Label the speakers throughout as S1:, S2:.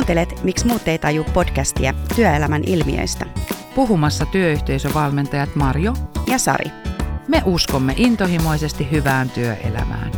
S1: Kuuntelet Miksi muut ei taju podcastia työelämän ilmiöistä.
S2: Puhumassa työyhteisövalmentajat Marjo
S1: ja Sari.
S2: Me uskomme intohimoisesti hyvään työelämään.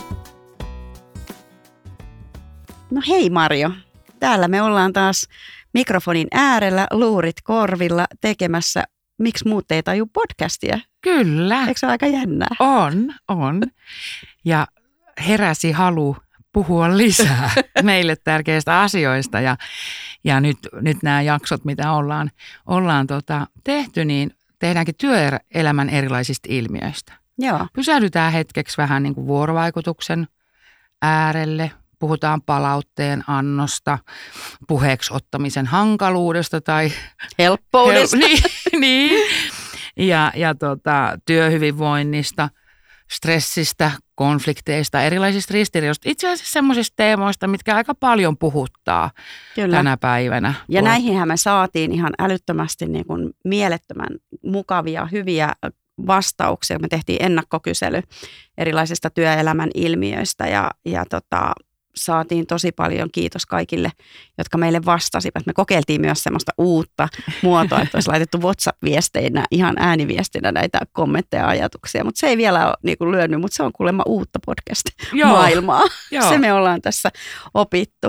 S1: No hei Marjo, täällä me ollaan taas mikrofonin äärellä, luurit korvilla tekemässä Miksi muut ei taju podcastia.
S2: Kyllä.
S1: Eikö se ole aika jännää?
S2: On. Ja heräsi halu puhua lisää meille tärkeistä asioista ja nyt nämä jaksot, mitä ollaan tehty, niin tehdäänkin työelämän erilaisista ilmiöistä.
S1: Joo.
S2: Pysähdytään hetkeksi vähän niin kuin vuorovaikutuksen äärelle, puhutaan palautteen annosta, puheeksi ottamisen hankaluudesta tai
S1: helppoudesta.
S2: Niin. Ja työhyvinvoinnista, stressistä, konflikteista, erilaisista ristiriidoista. Itse asiassa semmoisista teemoista, mitkä aika paljon puhuttaa tänä päivänä.
S1: Ja näihinhän me saatiin ihan älyttömästi niin kuin mielettömän mukavia, hyviä vastauksia. Me tehtiin ennakkokysely erilaisista työelämän ilmiöistä ja saatiin tosi paljon kiitos kaikille, jotka meille vastasivat. Me kokeiltiin myös semmoista uutta muotoa, että olisi laitettu WhatsApp-viesteinä, ihan ääniviestinä näitä kommentteja ja ajatuksia, mutta se ei vielä ole niin kuin lyönyt, mutta se on kuulemma uutta podcast-maailmaa. Se me ollaan tässä opittu.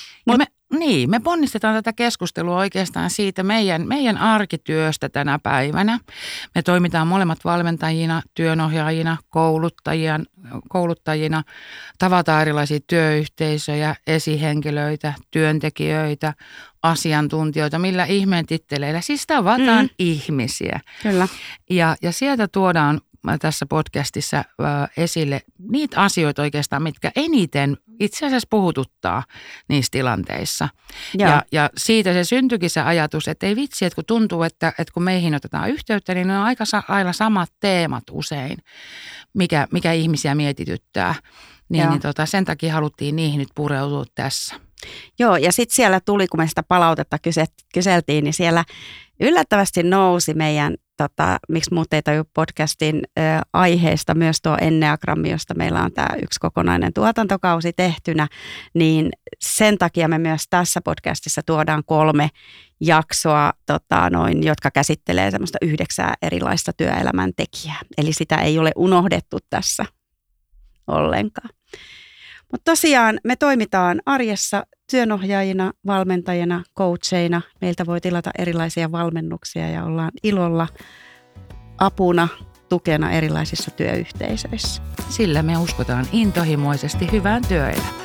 S2: Me ponnistetaan tätä keskustelua oikeastaan siitä meidän arkityöstä tänä päivänä. Me toimitaan molemmat valmentajina, työnohjaajina, kouluttajina, tavataan erilaisia työyhteisöjä, esihenkilöitä, työntekijöitä, asiantuntijoita, millä ihmeen titteleillä. Siis tavataan ihmisiä.
S1: Kyllä.
S2: Ja sieltä tuodaan tässä podcastissa esille niitä asioita oikeastaan, mitkä eniten itse asiassa puhututtaa niissä tilanteissa. Ja siitä se syntyikin se ajatus, että ei vitsi, että kun tuntuu, että kun meihin otetaan yhteyttä, niin ne on aika lailla samat teemat usein, mikä ihmisiä mietityttää. Niin sen takia haluttiin niihin nyt pureutua tässä.
S1: Joo, ja sitten siellä tuli, kun me sitä palautetta kyseltiin, niin siellä yllättävästi nousi meidän Miksi muut ei taju podcastin aiheesta myös tuo Enneagrammi, josta meillä on tämä yksi kokonainen tuotantokausi tehtynä, niin sen takia me myös tässä podcastissa tuodaan 3 jaksoa, jotka käsittelee semmoista 9 erilaista työelämän tekijää. Eli sitä ei ole unohdettu tässä ollenkaan. Mutta tosiaan me toimitaan arjessa työnohjaajina, valmentajina, coacheina. Meiltä voi tilata erilaisia valmennuksia ja ollaan ilolla apuna, tukena erilaisissa työyhteisöissä.
S2: Sillä me uskotaan intohimoisesti hyvään työelämään.